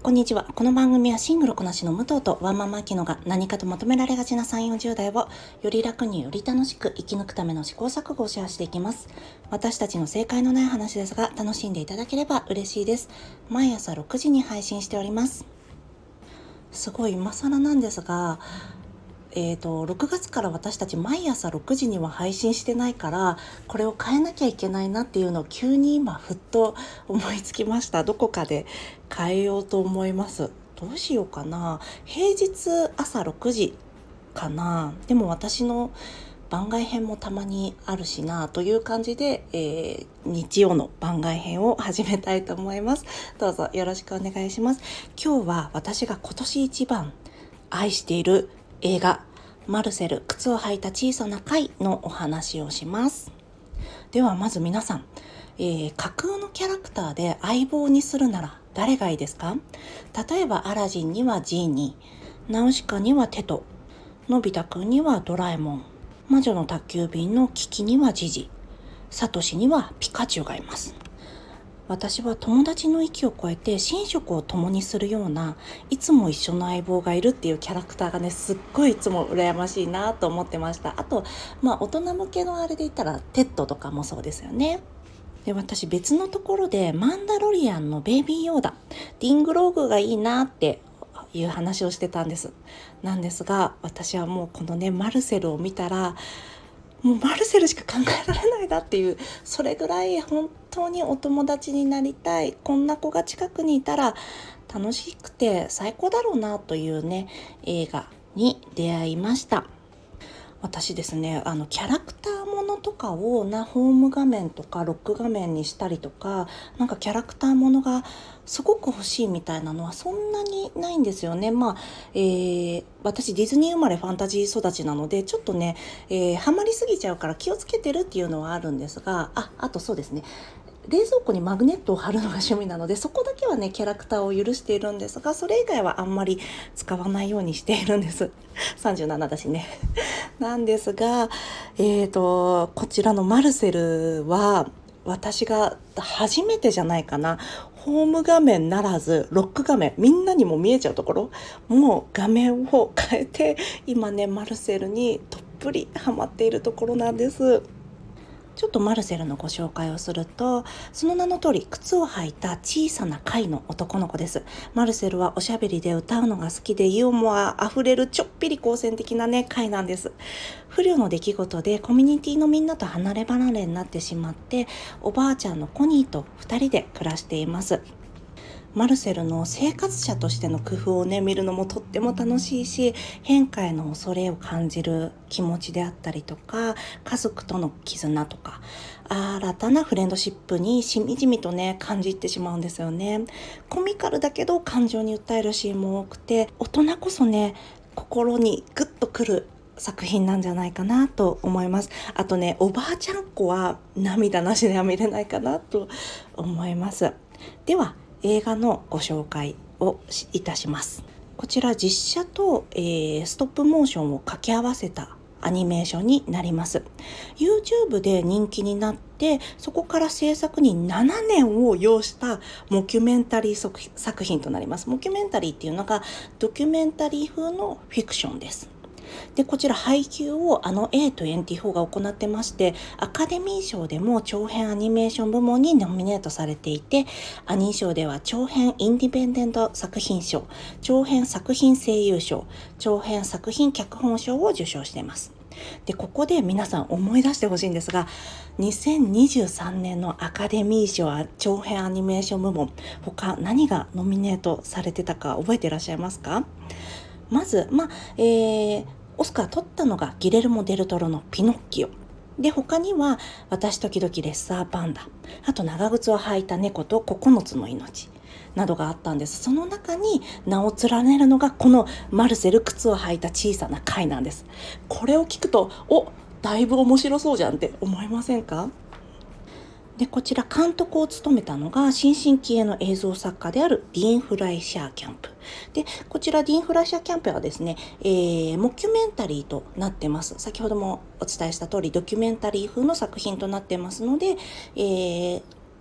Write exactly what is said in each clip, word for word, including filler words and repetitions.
こんにちは。この番組はシングルこなしの武藤とワンマンマキノが何かと求められがちなさんじゅう、よんじゅう代をより楽により楽しく生き抜くための試行錯誤をシェアしていきます。私たちの正解のない話ですが、楽しんでいただければ嬉しいです。毎朝ろくじに配信しております。すごい今更なんですが、えーと、ろくがつから私たち毎朝ろくじには配信してないから、これを変えなきゃいけないなっていうのを急に今ふっと思いつきました。どこかで変えようと思います。どうしようかな。平日朝ろくじかな。でも私の番外編もたまにあるしなという感じで、えー、日曜の番外編を始めたいと思います。どうぞよろしくお願いします。今日は私が今年一番愛している映画マルセル靴を履いた小さな貝のお話をします。ではまず皆さん、えー、架空のキャラクターで相棒にするなら誰がいいですか？例えばアラジンにはジーニー、ナウシカにはテト、のび太くんにはドラえもん、魔女の宅急便のキキにはジジ、サトシにはピカチュウがいます。私は友達の域を超えて寝食を共にするようないつも一緒の相棒がいるっていうキャラクターがね、すっごいいつも羨ましいなと思ってました。あと、まあ大人向けのあれで言ったらテッドとかもそうですよね。で、私別のところでマンダロリアンのベイビーヨーダ、ディングローグがいいなっていう話をしてたんです。なんですが、私はもうこのねマルセルを見たらもうマルセルしか考えられないなっていう、それぐらい本当にお友達になりたい、こんな子が近くにいたら楽しくて最高だろうなというね映画に出会いました。私ですね、あのキャラクターものとかをなホーム画面とかロック画面にしたりとか、なんかキャラクターものがすごく欲しいみたいなのはそんなにないんですよね。まあ、えー、私ディズニー生まれファンタジー育ちなのでちょっとね、えー、ハマりすぎちゃうから気をつけてるっていうのはあるんですが、あ、あとそうですね、冷蔵庫にマグネットを貼るのが趣味なので、そこだけはねキャラクターを許しているんですが、それ以外はあんまり使わないようにしているんですさんじゅうななだしねなんですが、えーとこちらのマルセルは私が初めてじゃないかな、ホーム画面ならずロック画面、みんなにも見えちゃうところ、もう画面を変えて今ねマルセルにどっぷりハマっているところなんです。ちょっとマルセルのご紹介をすると、その名の通り靴を履いた小さな貝の男の子です。マルセルはおしゃべりで歌うのが好きでユーモアあふれるちょっぴり好戦的なね貝なんです。不慮の出来事でコミュニティのみんなと離れ離れになってしまって、おばあちゃんのコニーとふたりで暮らしています。マルセルの生活者としての工夫をね見るのもとっても楽しいし、変化への恐れを感じる気持ちであったりとか、家族との絆とか新たなフレンドシップにしみじみとね感じてしまうんですよね。コミカルだけど感情に訴えるシーンも多くて、大人こそね心にグッとくる作品なんじゃないかなと思います。あとね、おばあちゃん子は涙なしでは見れないかなと思います。では映画のご紹介をいたします。こちら実写と、えー、ストップモーションを掛け合わせたアニメーションになります。 YouTube で人気になって、そこから制作にななねんを要したモキュメンタリー作品となります。モキュメンタリーっていうのがドキュメンタリー風のフィクションです。で、こちら配給をあの エーにじゅうよん が行ってまして、アカデミー賞でも長編アニメーション部門にノミネートされていて、アニー賞では長編インディペンデント作品賞、長編作品声優賞、長編作品脚本賞を受賞しています。で、ここで皆さん思い出してほしいんですが、にせんにじゅうさんねんのアカデミー賞長編アニメーション部門、他何がノミネートされてたか覚えていらっしゃいますか？まず、まあえー、オスカー取ったのがギレルモ・デルトロのピノッキオで、他には私時々レッサーパンダ、あと長靴を履いた猫とここのつの命などがあったんです。その中に名を連ねるのがこのマルセル靴を履いた小さな貝なんです。これを聞くと、お、だいぶ面白そうじゃんって思いませんか？で、こちら監督を務めたのが新進気鋭の映像作家であるディーン・フライシャーキャンプで、こちらディーン・フライシャーキャンプはですね、えー、モキュメンタリーとなってます。先ほどもお伝えした通りドキュメンタリー風の作品となってますので、えー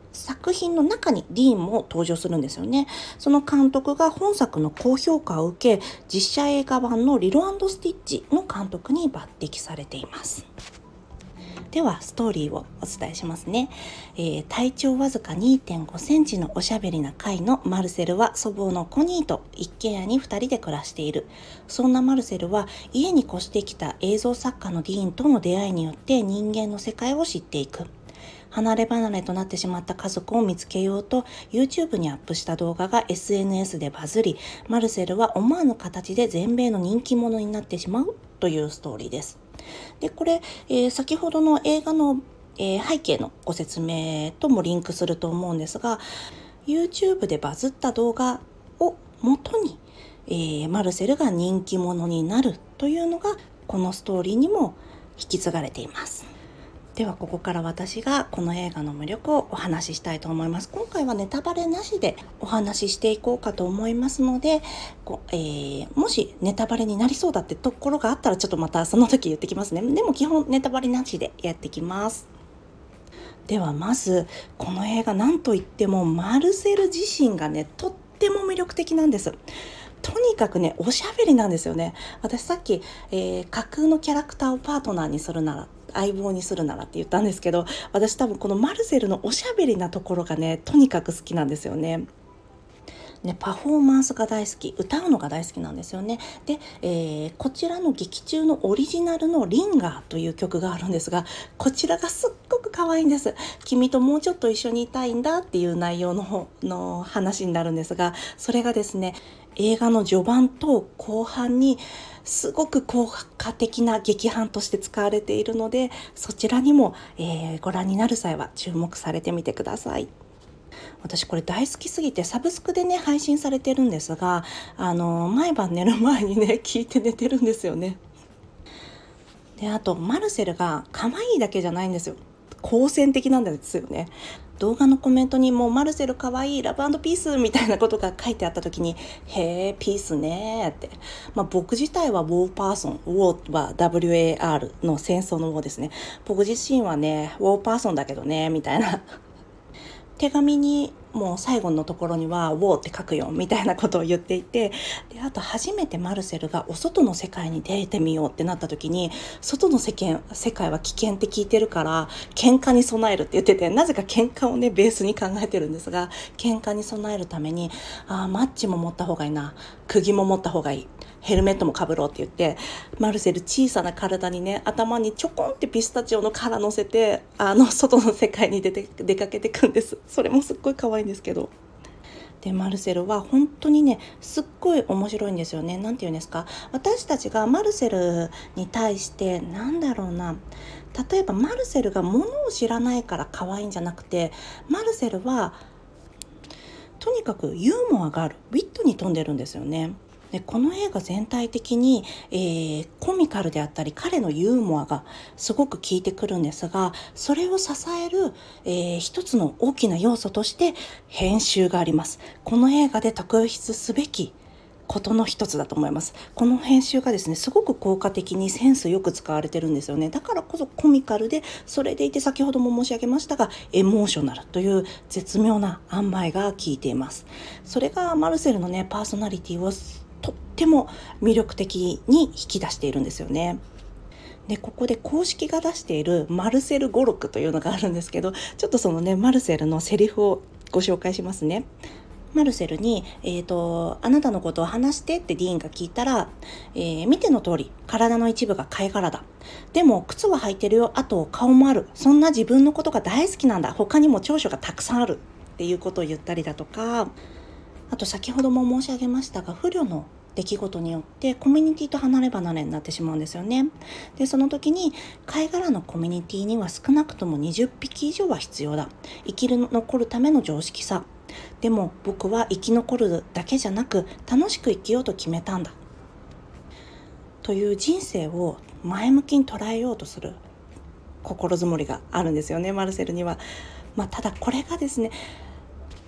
作品の中にディーンも登場するんですよね。その監督が本作の高評価を受け、実写映画版のリロ&スティッチの監督に抜擢されています。ではストーリーをお伝えしますね。えー、体長わずか にてんごセンチのおしゃべりな貝のマルセルは祖母のコニーと一軒家にふたりで暮らしている。そんなマルセルは家に越してきた映像作家のディーンとの出会いによって人間の世界を知っていく。離れ離れとなってしまった家族を見つけようと YouTube にアップした動画が エスエヌエス でバズり、マルセルは思わぬ形で全米の人気者になってしまうというストーリーです。でこれ、えー、先ほどの映画の、えー、背景のご説明ともリンクすると思うんですが、 YouTube でバズった動画を元に、えー、マルセルが人気者になるというのがこのストーリーにも引き継がれています。ではここから私がこの映画の魅力をお話ししたいと思います。今回はネタバレなしでお話ししていこうかと思いますので、えー、もしネタバレになりそうだってところがあったらちょっとまたその時言ってきますね。でも基本ネタバレなしでやってきます。ではまずこの映画、なんといってもマルセル自身がねとっても魅力的なんです。とにかくねおしゃべりなんですよね。私さっき、えー、架空のキャラクターをパートナーにするなら、相棒にするならって言ったんですけど、私多分このマルセルのおしゃべりなところがねとにかく好きなんですよね。ね、パフォーマンスが大好き、歌うのが大好きなんですよね。で、えー、こちらの劇中のオリジナルのリンガーという曲があるんですが、こちらがすっごく可愛いんです。君ともうちょっと一緒にいたいんだっていう内容のの話になるんですが、それがですね、映画の序盤と後半にすごく効果的な劇伴として使われているので、そちらにも、えー、ご覧になる際は注目されてみてください。私これ大好きすぎてサブスクでね配信されてるんですが、あの毎晩寝る前にね聞いて寝てるんですよね。であとマルセルが可愛いだけじゃないんですよ、好戦的なんですよね。動画のコメントにもマルセル可愛いラブ&ピースみたいなことが書いてあった時に、へーピースねーって、まあ、僕自体はウォーパーソン、ウォーは ダブリューエーアール の戦争のウォーですね。僕自身はねウォーパーソンだけどねみたいな手紙にもう最後のところには「ウォー」って書くよみたいなことを言っていて、であと初めてマルセルがお外の世界に出てみようってなった時に、外の世間世界は危険って聞いてるから喧嘩に備えるって言ってて、なぜか喧嘩をねベースに考えてるんですが、喧嘩に備えるためにあマッチも持った方がいいな、釘も持った方がいい、ヘルメットもかぶろうって言って、マルセル小さな体にね頭にちょこんってピスタチオの殻乗せて、あの外の世界に出て出かけてくんです。それもすっごい可愛いんですけど、でマルセルは本当にねすっごい面白いんですよね。なんていうんですか、私たちがマルセルに対してなんだろうな、例えばマルセルがものを知らないから可愛いんじゃなくて、マルセルはとにかくユーモアがある、ウィットに富んでるんですよね。でこの映画全体的に、えー、コミカルであったり彼のユーモアがすごく効いてくるんですが、それを支える、えー、一つの大きな要素として編集があります。この映画で特筆すべきことの一つだと思います。この編集がですねすごく効果的にセンスよく使われてるんですよね。だからこそコミカルで、それでいて先ほども申し上げましたがエモーショナルという絶妙な塩梅が効いています。それがマルセルのねパーソナリティをとっても魅力的に引き出しているんですよね。でここで公式が出しているマルセル語録というのがあるんですけど、ちょっとそのねマルセルのセリフをご紹介しますね。マルセルに、えーと、あなたのことを話してってディーンが聞いたら、えー、見ての通り体の一部が貝殻だ。でも靴は履いてるよ、あと顔もある。そんな自分のことが大好きなんだ。他にも長所がたくさんあるっていうことを言ったりだとか、あと先ほども申し上げましたが、不慮の出来事によってコミュニティと離れ離れになってしまうんですよね。でその時に貝殻のコミュニティには少なくともにじゅっぴき以上は必要だ。生きる残るための常識さ。でも僕は生き残るだけじゃなく楽しく生きようと決めたんだという人生を前向きに捉えようとする心づもりがあるんですよね、マルセルには。まあ、ただこれがですね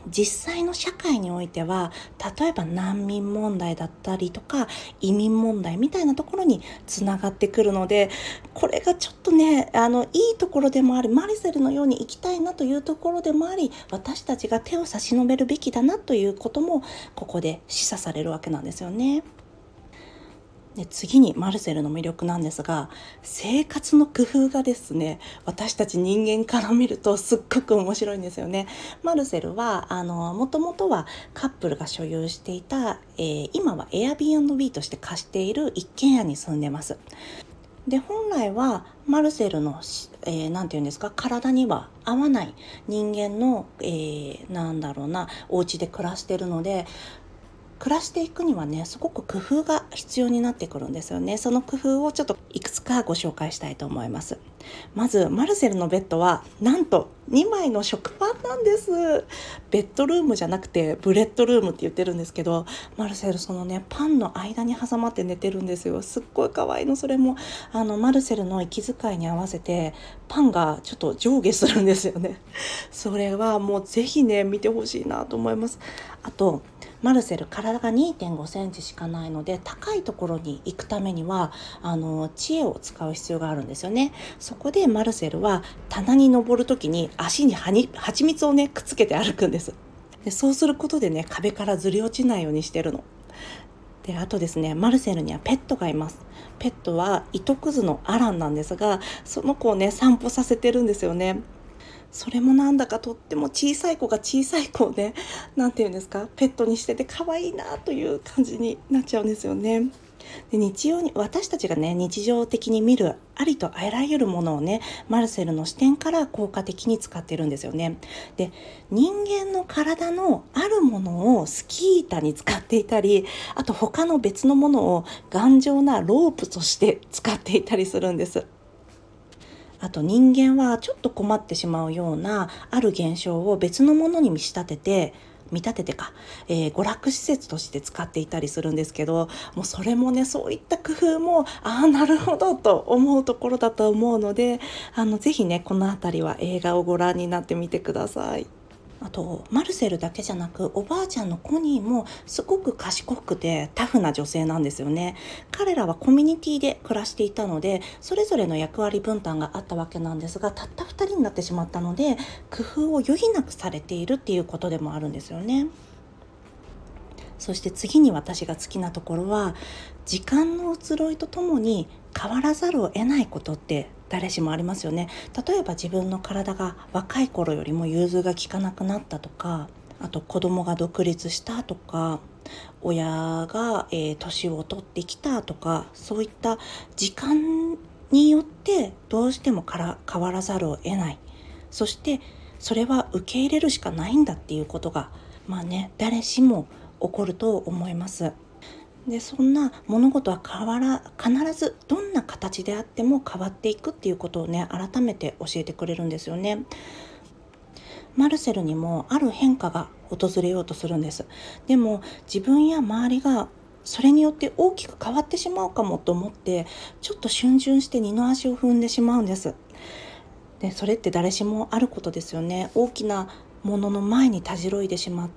実際の社会においては、例えば難民問題だったりとか移民問題みたいなところにつながってくるので、これがちょっとね、あのいいところでもあり、マルセルのように生きたいなというところでもあり、私たちが手を差し伸べるべきだなということもここで示唆されるわけなんですよね。で次にマルセルの魅力なんですが、生活の工夫がですね、私たち人間から見るとすっごく面白いんですよね。マルセルはあのもともとはカップルが所有していた、えー、今は Airbnb として貸している一軒家に住んでます。で本来はマルセルの、えー、なんていうんですか、体には合わない人間の、えー、なんだろうなお家で暮らしているので、暮らしていくにはね、すごく工夫が必要になってくるんですよね。その工夫をちょっといくつかご紹介したいと思います。まずマルセルのベッドはなんとにまいの食パンなんです。ベッドルームじゃなくてブレッドルームって言ってるんですけど、マルセルそのねパンの間に挟まって寝てるんですよ。すっごい可愛いの。それもあのマルセルの息遣いに合わせてパンがちょっと上下するんですよね。それはもうぜひね見てほしいなと思います。あとマルセル体が にてんごセンチしかないので、高いところに行くためにはあの知恵を使う必要があるんですよね。そこでマルセルは棚に登るときに足にはに蜂蜜をねくっつけて歩くんです。でそうすることでね壁からずり落ちないようにしてるので、あとですね、マルセルにはペットがいます。ペットは糸くずのアランなんですが、その子をね散歩させてるんですよね。それもなんだかとっても小さい子が小さい子をね、なんていうんですか、ペットにしてて可愛いなという感じになっちゃうんですよね。で日常に私たちがね日常的に見るありとあらゆるものをね、マルセルの視点から効果的に使ってるんですよね。で人間の体のあるものをスキー板に使っていたり、あと他の別のものを頑丈なロープとして使っていたりするんです。あと人間はちょっと困ってしまうようなある現象を別のものに見立てて見立ててか、えー、娯楽施設として使っていたりするんですけど、もうそれもねそういった工夫もああなるほどと思うところだと思うので、あのぜひねこのあたりは映画をご覧になってみてください。あとマルセルだけじゃなく、おばあちゃんのコニーもすごく賢くてタフな女性なんですよね。彼らはコミュニティで暮らしていたので、それぞれの役割分担があったわけなんですが、たったふたりになってしまったので、工夫を余儀なくされているっていうことでもあるんですよね。そして次に私が好きなところは、時間の移ろいとともに変わらざるを得ないことって誰しもありますよね。例えば自分の体が若い頃よりも融通が利かなくなったとか、あと子供が独立したとか、親が、えー、年を取ってきたとか、そういった時間によってどうしてもから変わらざるを得ない。そしてそれは受け入れるしかないんだっていうことが、まあね、誰しも起こると思います。でそんな物事は変わら必ずどんな形であっても変わっていくっていうことをね改めて教えてくれるんですよね。マルセルにもある変化が訪れようとするんです。でも自分や周りがそれによって大きく変わってしまうかもと思って、ちょっと逡巡して二の足を踏んでしまうんです。でそれって誰しもあることですよね。大きなものの前にたじろいでしまって、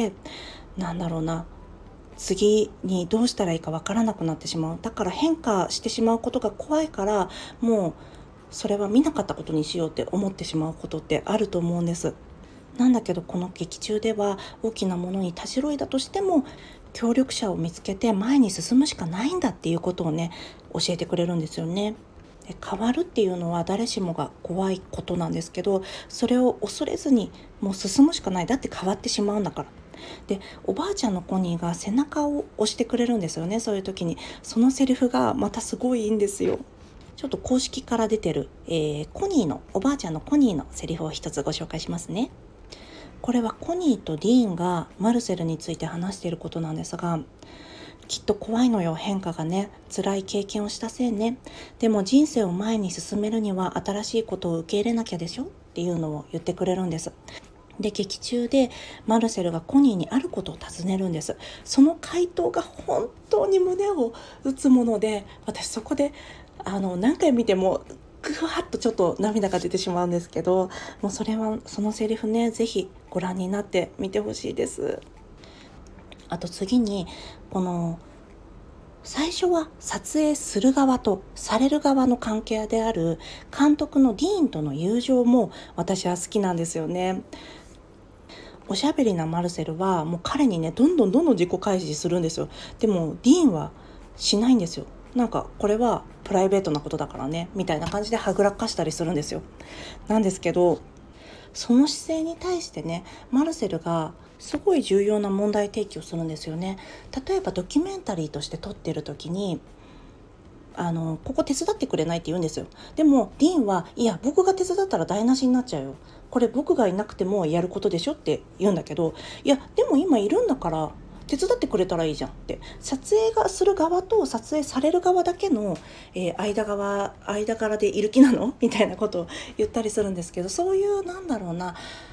なんだろうな次にどうしたらいいかわからなくなってしまう。だから変化してしまうことが怖いから、もうそれは見なかったことにしようって思ってしまうことってあると思うんです。なんだけどこの劇中では、大きなものにたじろいだとしても協力者を見つけて前に進むしかないんだっていうことをね教えてくれるんですよね。で変わるっていうのは誰しもが怖いことなんですけど、それを恐れずにもう進むしかない。だって変わってしまうんだから。でおばあちゃんのコニーが背中を押してくれるんですよね。そういう時にそのセリフがまたすごいいいんですよ。ちょっと公式から出てる、えー、コニーのおばあちゃんのコニーのセリフを一つご紹介しますね。これはコニーとディーンがマルセルについて話していることなんですが、きっと怖いのよ、変化がね。辛い経験をしたせいね。でも人生を前に進めるには新しいことを受け入れなきゃでしょっていうのを言ってくれるんです。で劇中でマルセルがコニーにあることを尋ねるんです。その回答が本当に胸を打つもので、私そこであの何回見てもぐわっとちょっと涙が出てしまうんですけど、もうそれはそのセリフね、ぜひご覧になってみてほしいです。あと次に、この最初は撮影する側とされる側の関係である監督のディーンとの友情も私は好きなんですよね。おしゃべりなマルセルはもう彼にね、どんどんどんどん自己開示するんですよ。でもディーンはしないんですよ。なんかこれはプライベートなことだからねみたいな感じではぐらかしたりするんですよ。なんですけど、その姿勢に対してね、マルセルがすごい重要な問題提起をするんですよね。例えばドキュメンタリーとして撮ってる時に、あのここ手伝ってくれないって言うんですよ。でもディーンは、いや僕が手伝ったら台無しになっちゃうよ、これ僕がいなくてもやることでしょって言うんだけど、いやでも今いるんだから手伝ってくれたらいいじゃんって、撮影がする側と撮影される側だけの、えー、間側間柄でいる気なのみたいなことを言ったりするんですけど、そういうなんだろうな、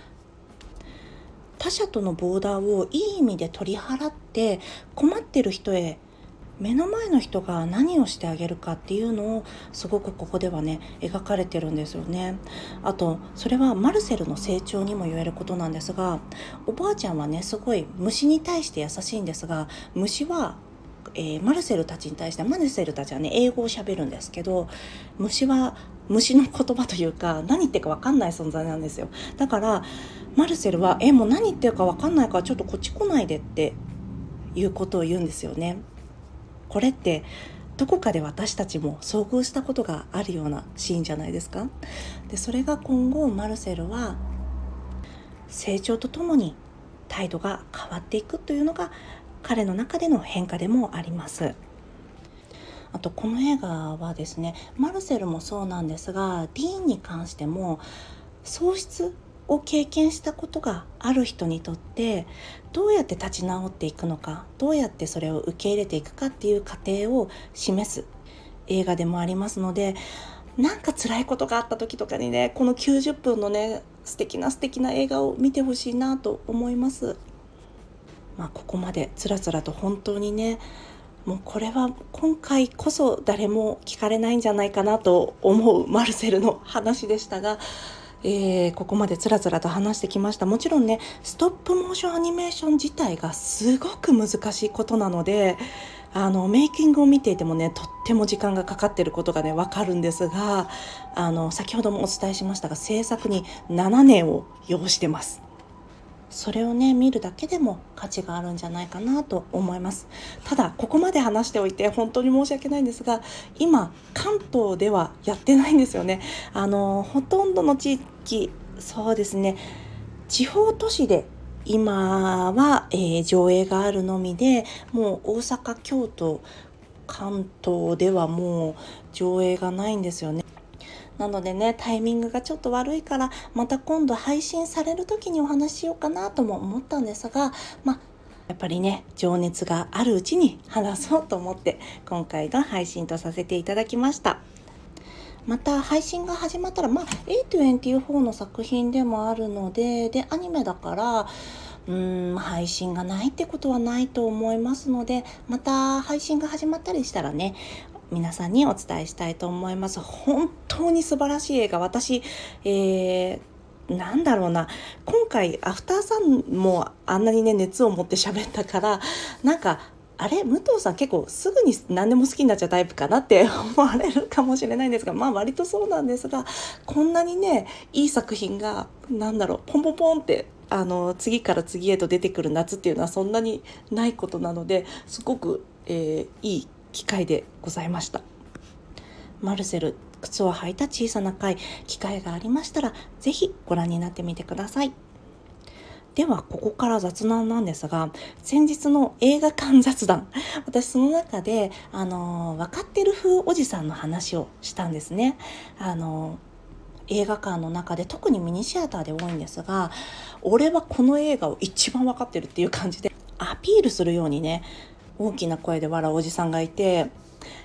他者とのボーダーをいい意味で取り払って困ってる人へ、目の前の人が何をしてあげるかっていうのをすごくここではね描かれてるんですよね。あとそれはマルセルの成長にも言えることなんですが、おばあちゃんはねすごい虫に対して優しいんですが、虫はえー、マルセルたちに対して、マルセルたちはね英語を喋るんですけど、虫は虫の言葉というか何言ってるか分かんない存在なんですよ。だからマルセルはえもう何言ってるか分かんないからちょっとこっち来ないでっていうことを言うんですよね。これってどこかで私たちも遭遇したことがあるようなシーンじゃないですか。でそれが今後マルセルは成長とともに態度が変わっていくというのが彼の中での変化でもあります。あとこの映画はですね、マルセルもそうなんですが、ディーンに関しても喪失を経験したことがある人にとってどうやって立ち直っていくのか、どうやってそれを受け入れていくかっていう過程を示す映画でもありますので、なんか辛いことがあった時とかにね、このきゅうじゅっぷんのね素敵な素敵な映画を見てほしいなと思います。まあ、ここまでつらつらと本当にね、もうこれは今回こそ誰も聞かれないんじゃないかなと思うマルセルの話でしたが、えー、ここまでつらつらと話してきました。もちろんねストップモーションアニメーション自体がすごく難しいことなので、あのメイキングを見ていてもねとっても時間がかかっていることがねわかるんですが、あの先ほどもお伝えしましたが制作にななねんを要してます。それをね見るだけでも価値があるんじゃないかなと思います。ただここまで話しておいて本当に申し訳ないんですが、今関東ではやってないんですよね。あのほとんどの地域、そうですね、地方都市で今は、えー、上映があるのみで、もう大阪、京都、関東ではもう上映がないんですよね。なのでね、タイミングがちょっと悪いからまた今度配信される時にお話ししようかなとも思ったんですが、まあやっぱりね情熱があるうちに話そうと思って今回の配信とさせていただきました。また配信が始まったら、まあ エーにじゅうよん の作品でもあるので、でアニメだからうーん配信がないってことはないと思いますので、また配信が始まったりしたらね皆さんにお伝えしたいと思います。本当に素晴らしい映画、私、えー、なんだろうな、今回アフターさんもあんなにね熱を持って喋ったから、なんかあれ武藤さん結構すぐに何でも好きになっちゃうタイプかなって思われるかもしれないんですが、まあ割とそうなんですが、こんなにねいい作品がなんだろうポンポンポンってあの次から次へと出てくる夏っていうのはそんなにないことなので、すごく、えー、いい機会でございました。マルセル靴を履いた小さな貝、機会がありましたらぜひご覧になってみてください。ではここから雑談なんですが、先日の映画館雑談、私その中であの分かってる風おじさんの話をしたんですね。あの映画館の中で特にミニシアターで多いんですが、俺はこの映画を一番分かってるっていう感じでアピールするようにね大きな声で笑うおじさんがいて、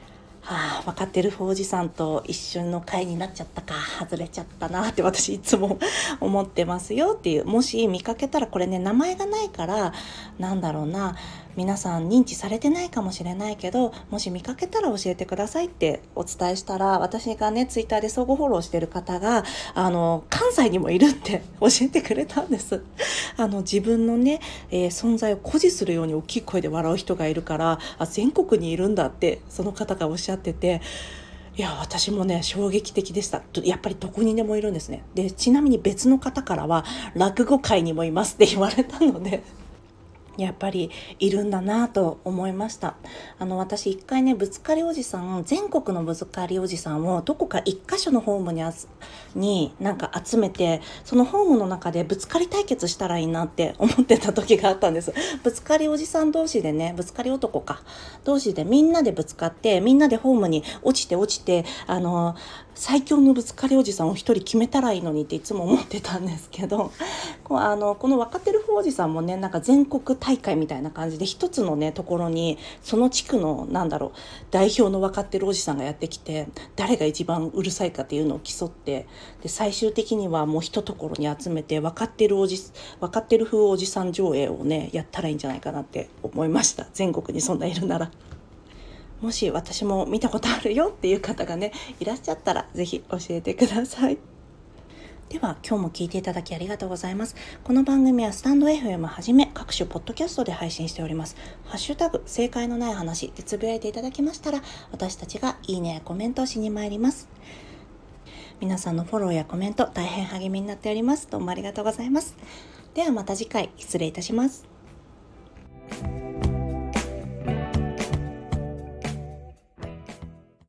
はあ、分かってるおじさんと一緒の会になっちゃったか、外れちゃったなって私いつも思ってますよっていう。もし見かけたら、これね名前がないからなんだろうな、皆さん認知されてないかもしれないけど、もし見かけたら教えてくださいってお伝えしたら、私がねツイッターで相互フォローしてる方があの関西にもいるって教えてくれたんです。あの自分のね、えー存在を誇示するように大きい声で笑う人がいるから、あ、全国にいるんだってその方がおっしゃってて、いや私もね衝撃的でした。やっぱりどこにでもいるんですね。でちなみに別の方からは落語界にもいますって言われたのでやっぱりいるんだなと思いました。あの私一回ね、ぶつかりおじさん、全国のぶつかりおじさんをどこか一箇所のホームにあつになんか集めて、そのホームの中でぶつかり対決したらいいなって思ってた時があったんです。ぶつかりおじさん同士でね、ぶつかり男か同士でみんなでぶつかって、みんなでホームに落ちて落ちて、あの最強のぶつかりおじさんを一人決めたらいいのにっていつも思ってたんですけど、こうあのこの分かってるおじさんもね、なんか全国大会みたいな感じで一つのねところにその地区のなんだろう代表の分かってるおじさんがやってきて、誰が一番うるさいかっていうのを競って、で最終的にはもう一ところに集めて分かってるおじ分かってる風おじさん上映をねやったらいいんじゃないかなって思いました。全国にそんないるなら。もし私も見たことあるよっていう方がねいらっしゃったらぜひ教えてください。では今日も聞いていただきありがとうございます。この番組はスタンド エフエム はじめ各種ポッドキャストで配信しております。ハッシュタグ正解のない話でつぶやいていただきましたら、私たちがいいねやコメントをしに参ります。皆さんのフォローやコメント大変励みになっております。どうもありがとうございます。ではまた次回失礼いたします。